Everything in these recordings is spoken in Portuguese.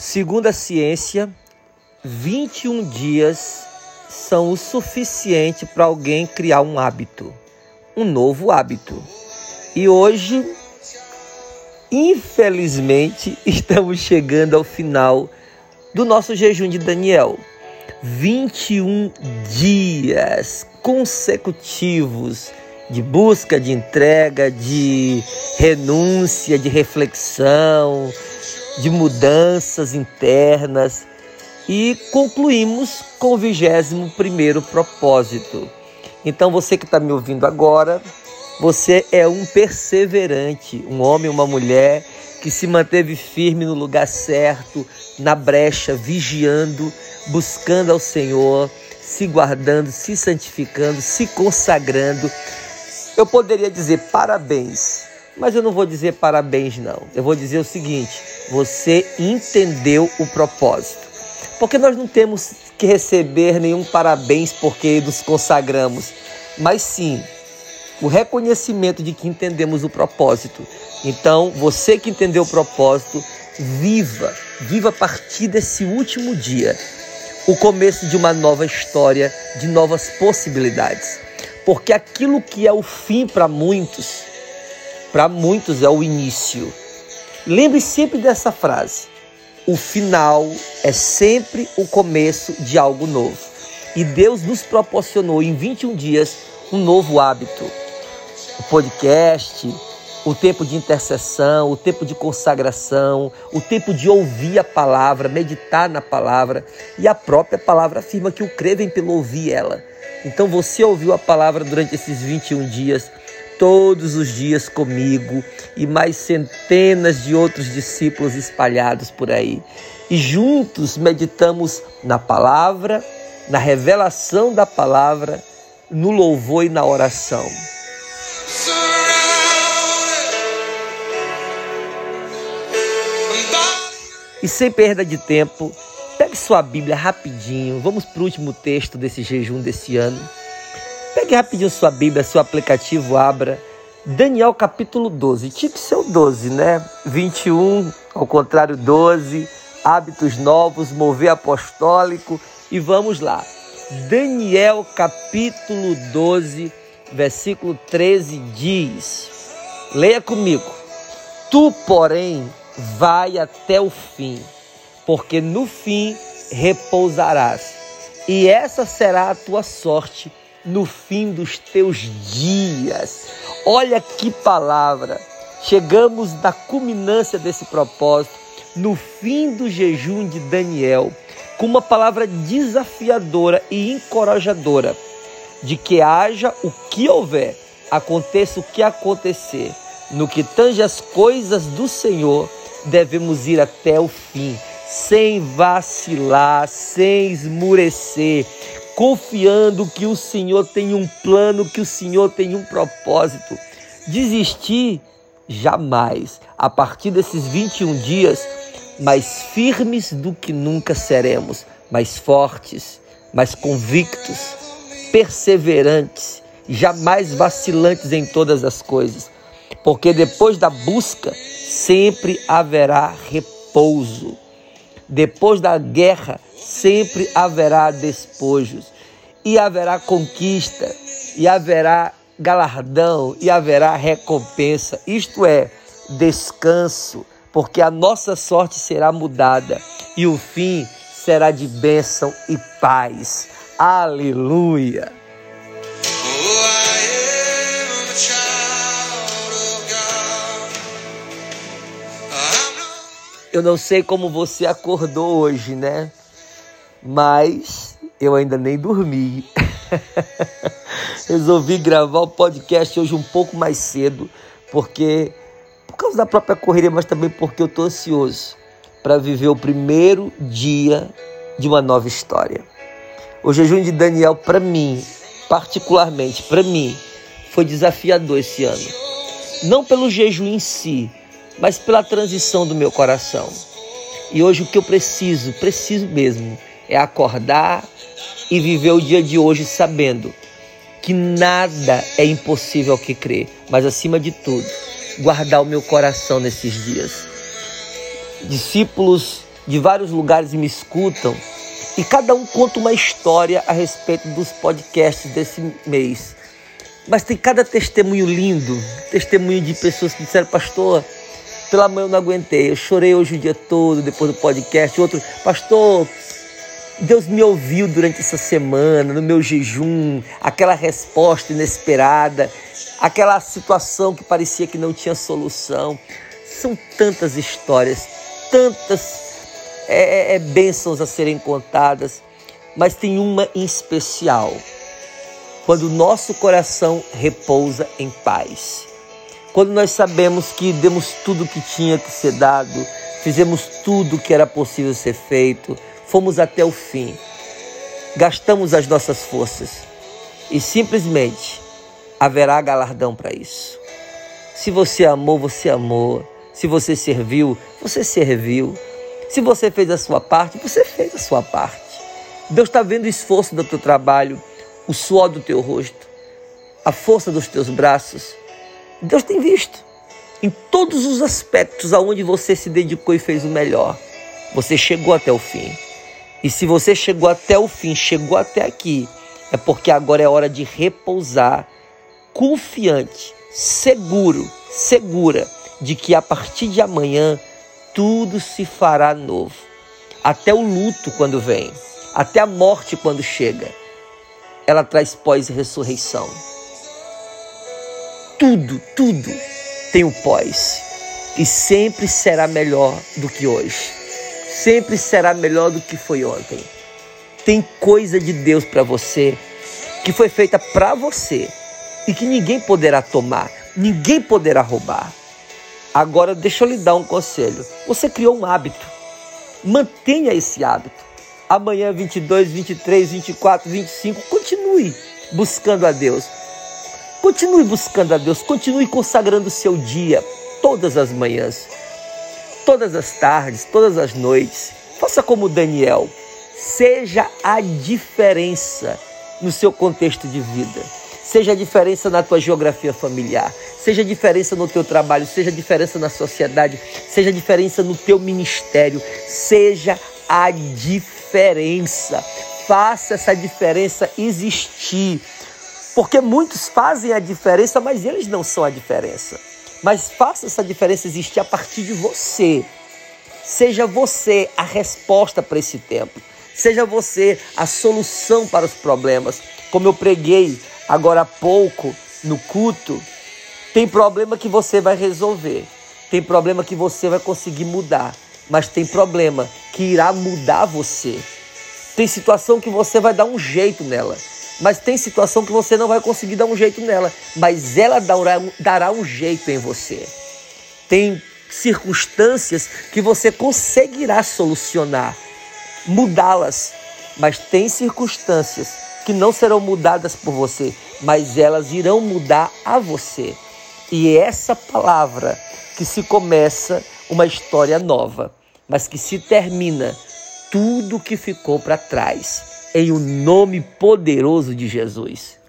Segundo a ciência, 21 dias são o suficiente para alguém criar um hábito, um novo hábito. E hoje, infelizmente, estamos chegando ao final do nosso jejum de Daniel. 21 dias consecutivos de busca, de entrega, de renúncia, de reflexão, de mudanças internas. E concluímos com o 21º propósito. Então você que está me ouvindo agora, você é um perseverante, um homem, uma mulher que se manteve firme no lugar certo, na brecha, vigiando, buscando ao Senhor, se guardando, se santificando, se consagrando. Eu poderia dizer parabéns, mas eu não vou dizer parabéns não. Eu vou dizer o seguinte: você entendeu o propósito. Porque nós não temos que receber nenhum parabéns porque nos consagramos, mas sim o reconhecimento de que entendemos o propósito. Então, você que entendeu o propósito, viva a partir desse último dia o começo de uma nova história, de novas possibilidades. Porque aquilo que é o fim para muitos é o início. Lembre sempre dessa frase: o final é sempre o começo de algo novo. E Deus nos proporcionou em 21 dias um novo hábito. O podcast, o tempo de intercessão, o tempo de consagração, o tempo de ouvir a palavra, meditar na palavra. E a própria palavra afirma que o crê vem pelo ouvir ela. Então você ouviu a palavra durante esses 21 dias, todos os dias comigo e mais centenas de outros discípulos espalhados por aí. E juntos meditamos na palavra, na revelação da palavra, no louvor e na oração. E sem perda de tempo, pegue sua Bíblia rapidinho. Vamos para o último texto desse jejum desse ano. Pegue rapidinho sua Bíblia, seu aplicativo, abra. Daniel capítulo 12. Tinha que ser o 12, né? 21, ao contrário, 12. Hábitos novos, mover apostólico. E vamos lá. Daniel capítulo 12, versículo 13 diz. Leia comigo. Tu, porém, vai até o fim, porque no fim repousarás. E essa será a tua sorte no fim dos teus dias. Olha que palavra! Chegamos na culminância desse propósito, no fim do jejum de Daniel, com uma palavra desafiadora e encorajadora, de que haja o que houver, aconteça o que acontecer, no que tange as coisas do Senhor, devemos ir até o fim, sem vacilar, sem esmurecer, confiando que o Senhor tem um plano, que o Senhor tem um propósito. Desistir? Jamais. A partir desses 21 dias, mais firmes do que nunca seremos, mais fortes, mais convictos, perseverantes, jamais vacilantes em todas as coisas. Porque depois da busca, sempre haverá repouso. Depois da guerra, sempre haverá despojos. E haverá conquista, e haverá galardão, e haverá recompensa. Isto é, descanso, porque a nossa sorte será mudada. E o fim será de bênção e paz. Aleluia! Eu não sei como você acordou hoje, né? Mas eu ainda nem dormi. Resolvi gravar o podcast hoje um pouco mais cedo, por causa da própria correria, mas também porque eu estou ansioso para viver o primeiro dia de uma nova história. O jejum de Daniel, para mim, particularmente para mim, foi desafiador esse ano. Não pelo jejum em si, mas pela transição do meu coração. E hoje o que eu preciso mesmo, é acordar e viver o dia de hoje sabendo que nada é impossível ao que crer, mas acima de tudo, guardar o meu coração nesses dias. Discípulos de vários lugares me escutam e cada um conta uma história a respeito dos podcasts desse mês. Mas tem cada testemunho lindo, testemunho de pessoas que disseram: pastor, pela manhã eu não aguentei, eu chorei hoje o dia todo depois do podcast. Outro: pastor, Deus me ouviu durante essa semana, no meu jejum, aquela resposta inesperada, aquela situação que parecia que não tinha solução. São tantas histórias, tantas bênçãos a serem contadas, mas tem uma em especial, quando o nosso coração repousa em paz. Quando nós sabemos que demos tudo o que tinha que ser dado, fizemos tudo o que era possível ser feito, fomos até o fim, gastamos as nossas forças e simplesmente haverá galardão para isso. Se você amou, você amou. Se você serviu, você serviu. Se você fez a sua parte, você fez a sua parte. Deus está vendo o esforço do teu trabalho, o suor do teu rosto, a força dos teus braços. Deus tem visto em todos os aspectos aonde você se dedicou e fez o melhor. Você chegou até o fim. E se você chegou até o fim, chegou até aqui, é porque agora é hora de repousar, confiante, segura de que a partir de amanhã tudo se fará novo. Até o luto quando vem, até a morte quando chega, ela traz pós-ressurreição. Tudo tem o pós. E sempre será melhor do que hoje. Sempre será melhor do que foi ontem. Tem coisa de Deus para você, que foi feita para você e que ninguém poderá tomar, ninguém poderá roubar. Agora deixa eu lhe dar um conselho. Você criou um hábito. Mantenha esse hábito. Amanhã, 22, 23, 24, 25, continue buscando a Deus. Continue buscando a Deus. Continue consagrando o seu dia todas as manhãs, todas as tardes, todas as noites. Faça como Daniel. Seja a diferença no seu contexto de vida. Seja a diferença na tua geografia familiar. Seja a diferença no teu trabalho. Seja a diferença na sociedade. Seja a diferença no teu ministério. Seja a diferença. Faça essa diferença existir. Porque muitos fazem a diferença, mas eles não são a diferença. Mas faça essa diferença existir a partir de você. Seja você a resposta para esse tempo. Seja você a solução para os problemas. Como eu preguei agora há pouco no culto, tem problema que você vai resolver. Tem problema que você vai conseguir mudar. Mas tem problema que irá mudar você. Tem situação que você vai dar um jeito nela. Mas tem situação que você não vai conseguir dar um jeito nela. Mas ela dará um jeito em você. Tem circunstâncias que você conseguirá solucionar, mudá-las. Mas tem circunstâncias que não serão mudadas por você, mas elas irão mudar a você. E é essa palavra que se começa uma história nova, mas que se termina tudo que ficou para trás, em o nome poderoso de Jesus.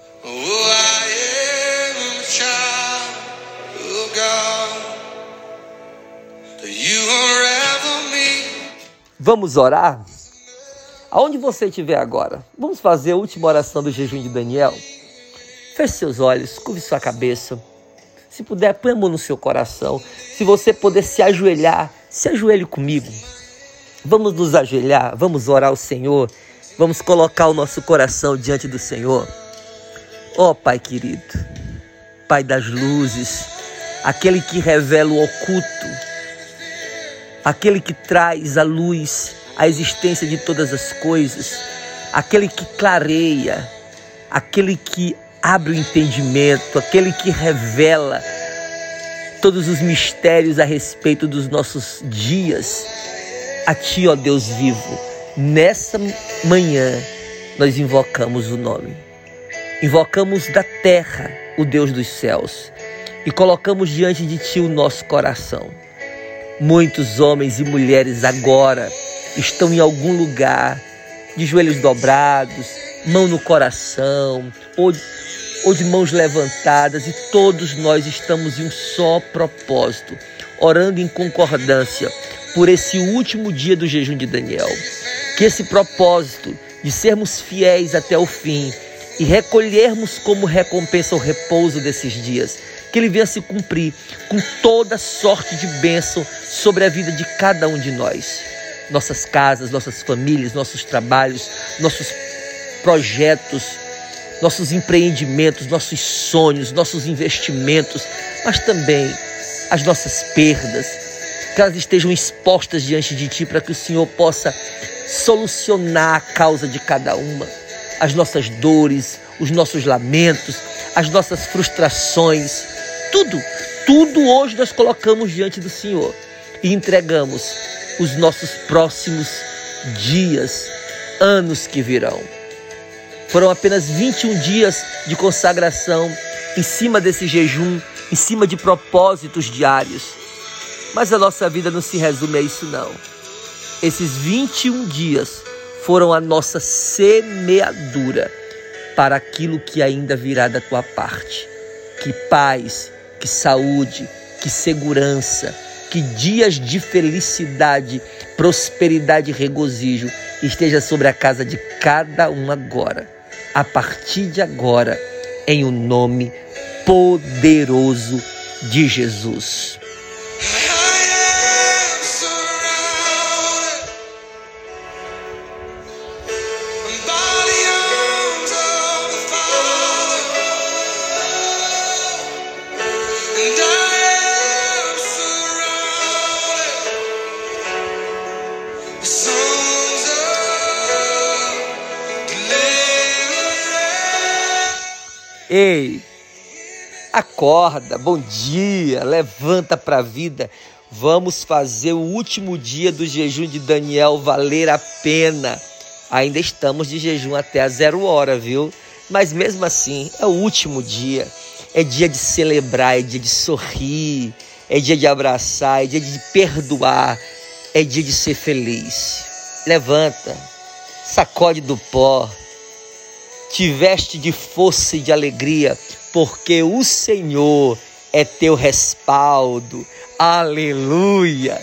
Vamos orar? Aonde você estiver agora, vamos fazer a última oração do jejum de Daniel? Feche seus olhos, curve sua cabeça. Se puder, põe a mão no seu coração. Se você puder se ajoelhar, se ajoelhe comigo. Vamos nos ajoelhar, vamos orar ao Senhor. Vamos colocar o nosso coração diante do Senhor. Ó Pai querido, Pai das luzes, aquele que revela o oculto, aquele que traz à luz a existência de todas as coisas, aquele que clareia, aquele que abre o entendimento, aquele que revela todos os mistérios a respeito dos nossos dias. A Ti, ó Deus vivo, nessa manhã nós invocamos o nome. Invocamos da terra o Deus dos céus e colocamos diante de Ti o nosso coração. Muitos homens e mulheres agora estão em algum lugar, de joelhos dobrados, mão no coração, ou de mãos levantadas, e todos nós estamos em um só propósito, orando em concordância, por esse último dia do jejum de Daniel. Que esse propósito de sermos fiéis até o fim e recolhermos como recompensa o repouso desses dias, que ele venha se cumprir com toda sorte de bênção sobre a vida de cada um de nós. Nossas casas, nossas famílias, nossos trabalhos, nossos projetos, nossos empreendimentos, nossos sonhos, nossos investimentos, mas também as nossas perdas, que elas estejam expostas diante de Ti para que o Senhor possa solucionar a causa de cada uma, as nossas dores, os nossos lamentos, as nossas frustrações, tudo hoje nós colocamos diante do Senhor e entregamos os nossos próximos dias, anos que virão. Foram apenas 21 dias de consagração em cima desse jejum, em cima de propósitos diários. Mas a nossa vida não se resume a isso, não. Esses 21 dias foram a nossa semeadura para aquilo que ainda virá da tua parte. Que paz, que saúde, que segurança, que dias de felicidade, prosperidade e regozijo esteja sobre a casa de cada um agora. A partir de agora, em o nome poderoso de Jesus. Ei, acorda, bom dia, levanta para a vida. Vamos fazer o último dia do jejum de Daniel valer a pena. Ainda estamos de jejum até a 0 hora, viu? Mas mesmo assim, é o último dia. É dia de celebrar, é dia de sorrir, é dia de abraçar, é dia de perdoar, é dia de ser feliz. Levanta, sacode do pó, te veste de força e de alegria, porque o Senhor é teu respaldo. Aleluia!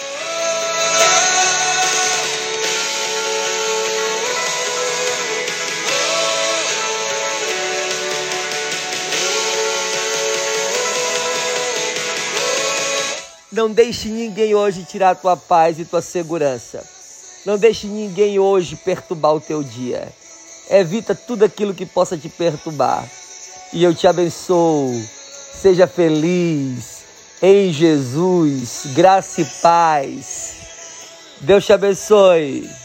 Não deixe ninguém hoje tirar tua paz e tua segurança. Não deixe ninguém hoje perturbar o teu dia. Evita tudo aquilo que possa te perturbar. E eu te abençoo. Seja feliz em Jesus. Graça e paz. Deus te abençoe.